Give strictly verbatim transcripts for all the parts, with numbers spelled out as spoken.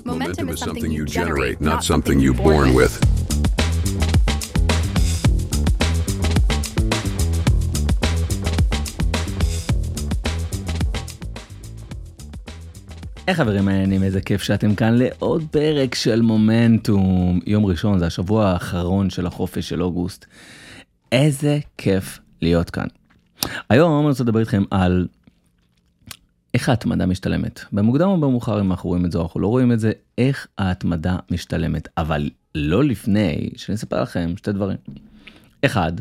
Momentum is something you generate, not something you're born with. היי חברים העניינים, איזה כיף שאתם כאן לעוד פרק של מומנטום. יום ראשון, זה השבוע האחרון של החופש של אוגוסט. איזה כיף להיות כאן. היום אני רוצה לדבר איתכם על איך ההתמדה משתלמת. במוקדם או במאוחר, אם אנחנו רואים את זה או אנחנו לא רואים את זה, איך ההתמדה משתלמת. אבל לא לפני שאני אספר לכם שתי דברים. אחד,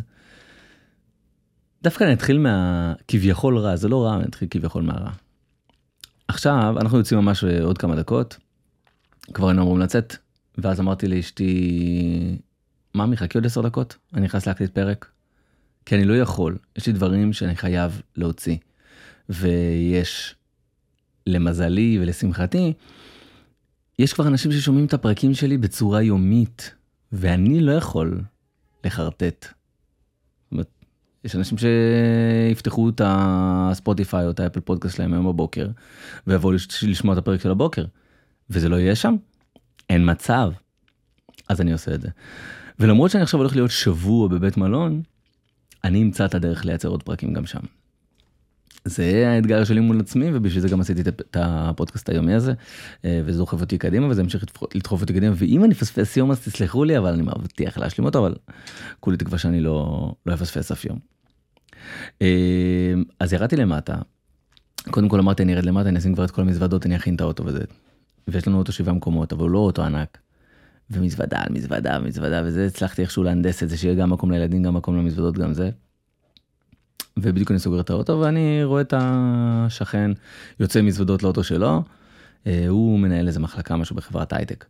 דווקא נתחיל מהכביכול רע, זה לא רע, נתחיל כביכול מהרע. עכשיו, אנחנו יוצאים ממש עוד כמה דקות, כבר היינו אמורים לצאת, ואז אמרתי לאשתי, ממי, חכי עוד עשר דקות, אני נכנס להקליט פרק, כי אני לא יכול, יש לי דברים שאני חייב להוציא, ויש, למזלי ולשמחתי, יש כבר אנשים ששומעים את הפרקים שלי בצורה יומית, ואני לא יכול לחרטט. יש אנשים שיפתחו את הספוטיפיי או את האפל פודקאסט שלהם היום בבוקר, ויבואו לשמוע את הפרק של הבוקר, וזה לא יהיה שם, אין מצב. אז אני עושה את זה. ולמרות שאני עכשיו הולך להיות שבוע בבית מלון, אני אמצא את הדרך לייצר עוד פרקים גם שם. זה האתגר שלי מול עצמי, ובשביל זה גם עשיתי את הפודקאסט היומי הזה, וזה דוחף אותי קדימה, וזה המשיך לדחוף אותי קדימה, ואם אני פספס יום אז תסלחו לי, אבל אני מבטיח להשלים אותו, אבל כולי תקווה שאני לא, לא אפספס אף יום. אז ירדתי למטה, קודם כל אמרתי אני ארד למטה, אני אשים כבר את כל המזוודות, אני אכין את האוטו וזה, ויש לנו אוטו שבעה מקומות, אבל הוא לא אוטו ענק, ומזוודה על מזוודה ומזוודה, וזה הצלחתי איכשהו להנדס את זה, שיהיה גם מקום לילדים, גם מקום למזוודות, גם זה. ובדיוק אני סוגר את האוטו, ואני רואה את השכן יוצא מזוודות לאוטו שלו, הוא מנהל איזה מחלקה, משהו בחברת הייטק.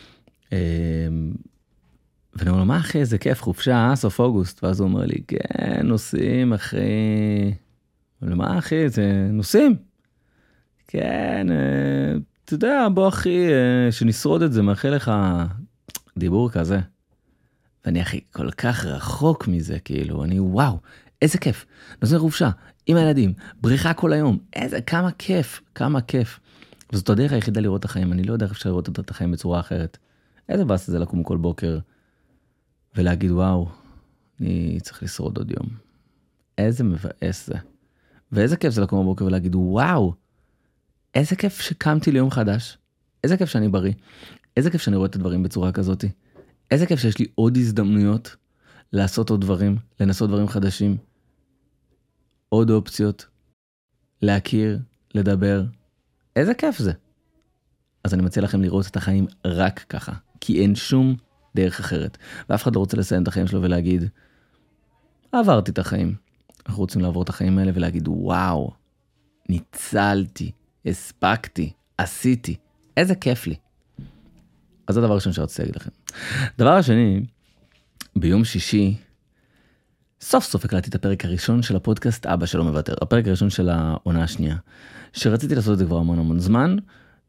ואני אומר לו, מה אחי, איזה כיף, חופשה, סוף אוגוסט, ואז הוא אומר לי, כן, נוסעים, אחי. אני אומר, מה אחי, זה נוסעים? כן, אתה יודע, בוא אחי, שנשרוד את זה, מאחל לך דיבור כזה. ואני אחי, כל כך רחוק מזה, כאילו, אני וואו, איזה כיף, נוסעים חופשה, עם הילדים, בריחה כל היום, איזה, כמה כיף, כמה כיף. וזאת הדרך היחידה לראות את החיים, אני לא יודע איך אפשר לראות את החיים בצורה אחרת. איזה באס זה לקום כל בוקר, ולהגיד וואו, אני צריך לשרוד עוד יום. איזה מבאס זה. ואיזה כיף זה לקום בבוקר ולהגיד וואו, איזה כיף שקמתי ליום חדש, איזה כיף שאני בריא, איזה כיף שאני רואה את הדברים בצורה כזאת, איזה כיף שיש לי עוד הזדמנויות, לעשות עוד דברים, לנסות דברים חדשים, עוד אופציות, להכיר, לדבר, איזה כיף זה. אז אני מציע לכם לראות את החיים רק ככה, כי אין שום דרך אחרת. ואף אחד לא רוצה לסיים את החיים שלו ולהגיד, עברתי את החיים. אנחנו רוצים לעבור את החיים האלה ולהגיד, וואו, ניצלתי, הספקתי, עשיתי, איזה כיף לי. אז זה הדבר הראשון שרציתי להגיד לכם. דבר השני, ביום שישי, סוף סוף הקלטתי את הפרק הראשון של הפודקאסט אבא שלא מוותר, הפרק הראשון של העונה השנייה, שרציתי לעשות את זה כבר המון המון זמן,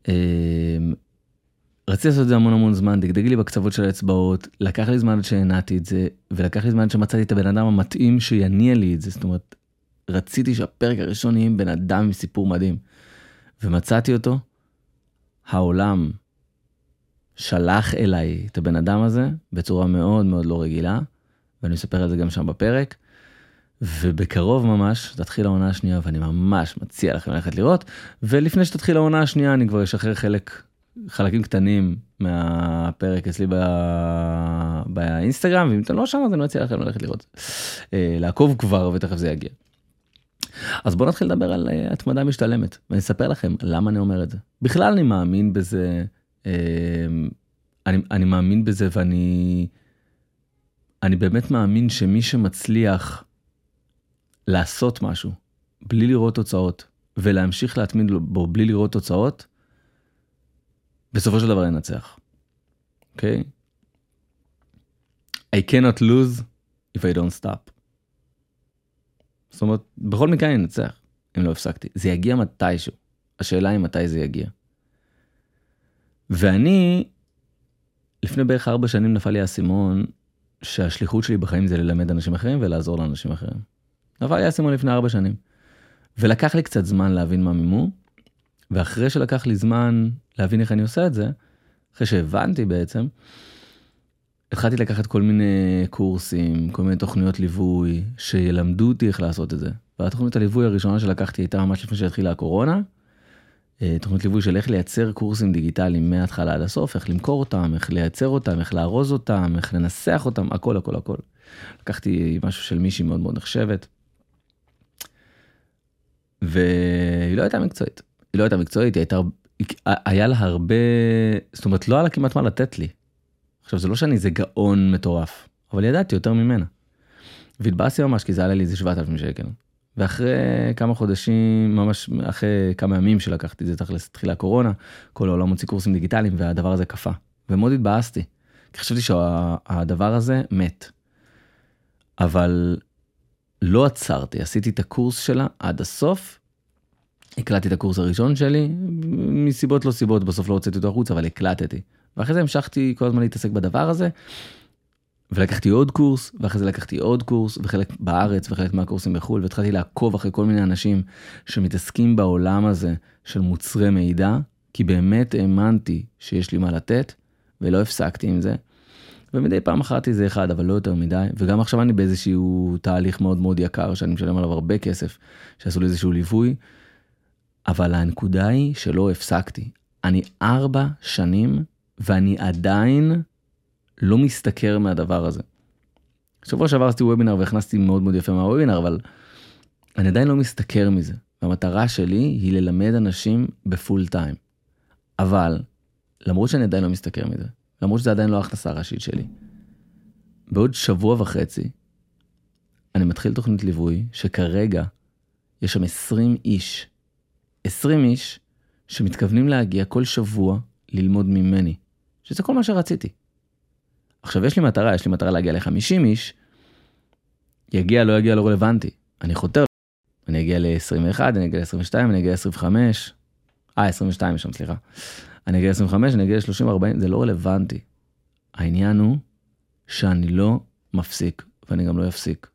רציתי לעשות את זה המון המון זמן, דגדג לי בקצוות של האצבעות, לקח לי זמן שהנעתי את זה, ולקח לי זמן שמצאתי את הבן אדם המתאים שיניע לי את זה, זאת אומרת, רציתי שהפרק הראשון יהיה בן אדם עם סיפור מדהים, ומצאתי אותו, העולם שלח אליי את הבן אדם הזה, בצורה מאוד מאוד לא רגילה, ואני אספר על זה גם שם בפרק, ובקרוב ממש תתחיל העונה השנייה, ואני ממש מציע לכם ללכת לראות, ולפני שתתחיל העונה השנייה, אני כבר אשחרר חלק, חלקים קטנים מהפרק אצלי בא... באינסטגרם, ואם אתם לא שם, אז אני מציע לכם ללכת לראות, לעקוב כבר, ותכף זה יגיע. אז בואו נתחיל לדבר על התמדה משתלמת, ואני אספר לכם למה אני אומר את זה. בכלל אני מאמין בזה, אני, אני מאמין בזה, ואני אני באמת מאמין שמי שמצליח לעשות משהו, בלי לראות תוצאות, ולהמשיך להתמיד בו בלי לראות תוצאות, בסופו של דבר ינצח. אוקיי? I cannot lose if I don't stop. זאת אומרת, בכל מקרה אני אנצח, אם לא הפסקתי. זה יגיע מתישהו. השאלה היא מתי זה יגיע. ואני, לפני בערך ארבע שנים נפל לי האסימון, שהשליחות שלי בחיים זה ללמד אנשים אחרים ולעזור לאנשים אחרים. נפל לי האסימון לפני ארבע שנים. ולקח לי קצת זמן להבין מה מימו, ואחרי שלקח לי זמן להבין איך אני עושה את זה, אחרי שהבנתי בעצם, התחלתי לקחת כל מיני קורסים, כל מיני תוכניות ליווי, שילמדו אותי איך לעשות את זה. והתוכנית הליווי הראשונה שלקחתי הייתה ממש לפני שהתחילה הקורונה, תוכנית ליווי של איך לייצר קורסים דיגיטליים מההתחלה עד הסוף, איך למכור אותם, איך לייצר אותם, איך לארוז אותם, איך לנסח אותם, הכל, הכל, הכל. לקחתי משהו של מישהי מאוד מאוד נחשבת, והיא לא הייתה מקצועית. היא לא הייתה מקצועית, היא הייתה, היה לה הרבה, זאת אומרת, לא היה לה כמעט מה לתת לי. עכשיו, זה לא שאני איזה גאון מטורף, אבל ידעתי יותר ממנה. והתבאסתי ממש, כי זה עלה לי איזה שבעת אלפים שקל. ואחרי כמה חודשים, ממש אחרי כמה ימים שלקחתי את זה, תכלס התחילה הקורונה, כל העולם מוציא קורסים דיגיטליים, והדבר הזה קפה. ומאוד התבאסתי, כי חשבתי שהדבר הזה מת. אבל לא עצרתי, עשיתי את הקורס שלה עד הסוף, הקלטתי את הקורס הראשון שלי, מסיבות לא סיבות, בסוף לא הוצאתי אותו החוץ, אבל הקלטתי. ואחרי זה המשכתי כל הזמן להתעסק בדבר הזה, ולקחתי עוד קורס, ואחרי זה לקחתי עוד קורס, וחלק בארץ, וחלק מהקורסים בחול, והתחלתי לעקוב אחרי כל מיני אנשים שמתעסקים בעולם הזה של מוצרי מידע, כי באמת האמנתי שיש לי מה לתת, ולא הפסקתי עם זה. ומדי פעם אחרתי זה אחד, אבל לא יותר מדי, וגם עכשיו אני באיזשהו תהליך מאוד מאוד יקר, שאני משלם עליו הרבה כסף, שעשו לי איזשהו ליווי, אבל הנקודה היא שלא הפסקתי. אני ארבע שנים, ואני עדיין לא מסתכר מהדבר הזה. שבוע שעבר עשיתי וובינר, והכנסתי מאוד מאוד יפה מהוובינר, אבל אני עדיין לא מסתכר מזה. והמטרה שלי היא ללמד אנשים בפול טיים. אבל, למרות שאני עדיין לא מסתכר מזה, למרות שזה עדיין לא ההכנסה הראשית שלי, בעוד שבוע וחצי, אני מתחיל תוכנית ליווי, שכרגע יש שם עשרים איש, עשרים איש, שמתכוונים להגיע כל שבוע ללמוד ממני, שזה כל מה שרציתי. עכשיו יש לי מטרה, יש לי מטרה להגיע ל-חמישים איש, יגיע, לא יגיע, לא רלוונטי. אני חותר, אני אגיע ל-עשרים ואחת, אני אגיע ל-עשרים ושתיים, אני אגיע ל-עשרים וחמש, אה, עשרים ושתיים יש שם, סליחה. אני אגיע ל-עשרים וחמש, אני אגיע ל-שלושים ארבעים, זה לא רלוונטי. העניין הוא שאני לא מפסיק, ואני גם לא אפסיק.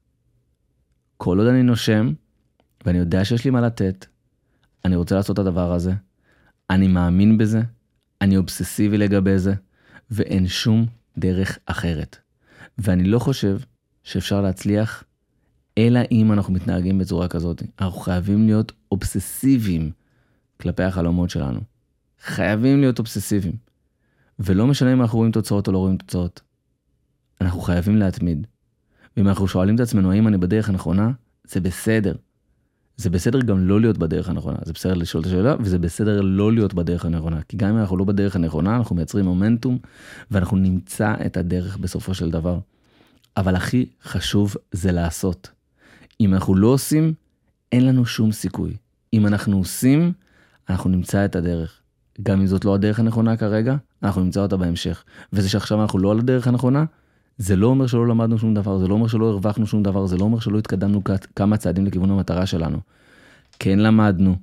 כל עוד אני נושם, ואני יודע שיש לי מה לתת, אני רוצה לעשות את הדבר הזה, אני מאמין בזה, אני אובססיבי לגבי זה, ואין שום דרך אחרת. ואני לא חושב שאפשר להצליח, אלא אם אנחנו מתנהגים בצורה כזאת. אנחנו חייבים להיות אובססיביים כלפי החלומות שלנו. חייבים להיות אובססיביים. ולא משנה אם אנחנו רואים תוצאות או לא רואים תוצאות. אנחנו חייבים להתמיד. ואם אנחנו שואלים את עצמנו, האם אני בדרך הנכונה, זה בסדר. זה בסדר גם לא להיות בדרך הנכונה. זה בסדר לשאול את השאלה, וזה בסדר לא להיות בדרך הנכונה. כי גם אם אנחנו לא בדרך הנכונה, אנחנו מייצרים מומנטום, ואנחנו נמצא את הדרך בסופו של דבר. אבל הכי חשוב זה לעשות. אם אנחנו לא עושים, אין לנו שום סיכוי. אם אנחנו עושים, אנחנו נמצא את הדרך. גם אם זאת לא הדרך הנכונה כרגע, אנחנו נמצא אותה בהמשך. וזה שעכשיו אנחנו לא על הדרך הנכונה, זה לא אומר שלא למדנו שום דבר, זה לא אומר שלא הרווחנו שום דבר, זה לא אומר שלא התקדמנו כמה צעדים לכיוון המטרה שלנו. כן למדנו,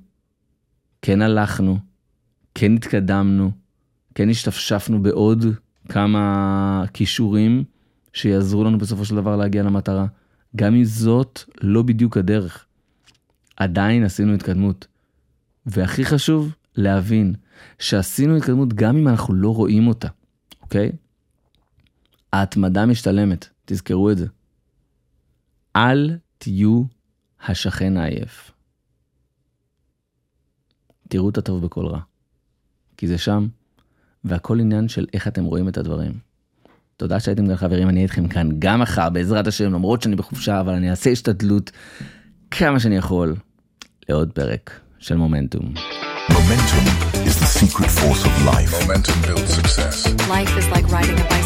כן הלכנו, כן התקדמנו, כן השתפשפנו בעוד כמה כישורים שיעזרו לנו בסופו של דבר להגיע למטרה. גם אם זאת לא בדיוק הדרך. עדיין עשינו התקדמות. והכי חשוב להבין שעשינו התקדמות גם אם אנחנו לא רואים אותה. אוקיי? ההתמדה משתלמת, תזכרו את זה. אל תהיו השכן העייף. תראו את הטוב בכל רע. כי זה שם, והכל עניין של איך אתם רואים את הדברים. תודה שהייתם כאן חברים, אני אתכם כאן גם מחר, בעזרת השם, למרות שאני בחופשה, אבל אני אעשה השתדלות כמה שאני יכול לעוד פרק של מומנטום. Momentum is the secret force of life. Momentum builds success. Life is like riding a bike.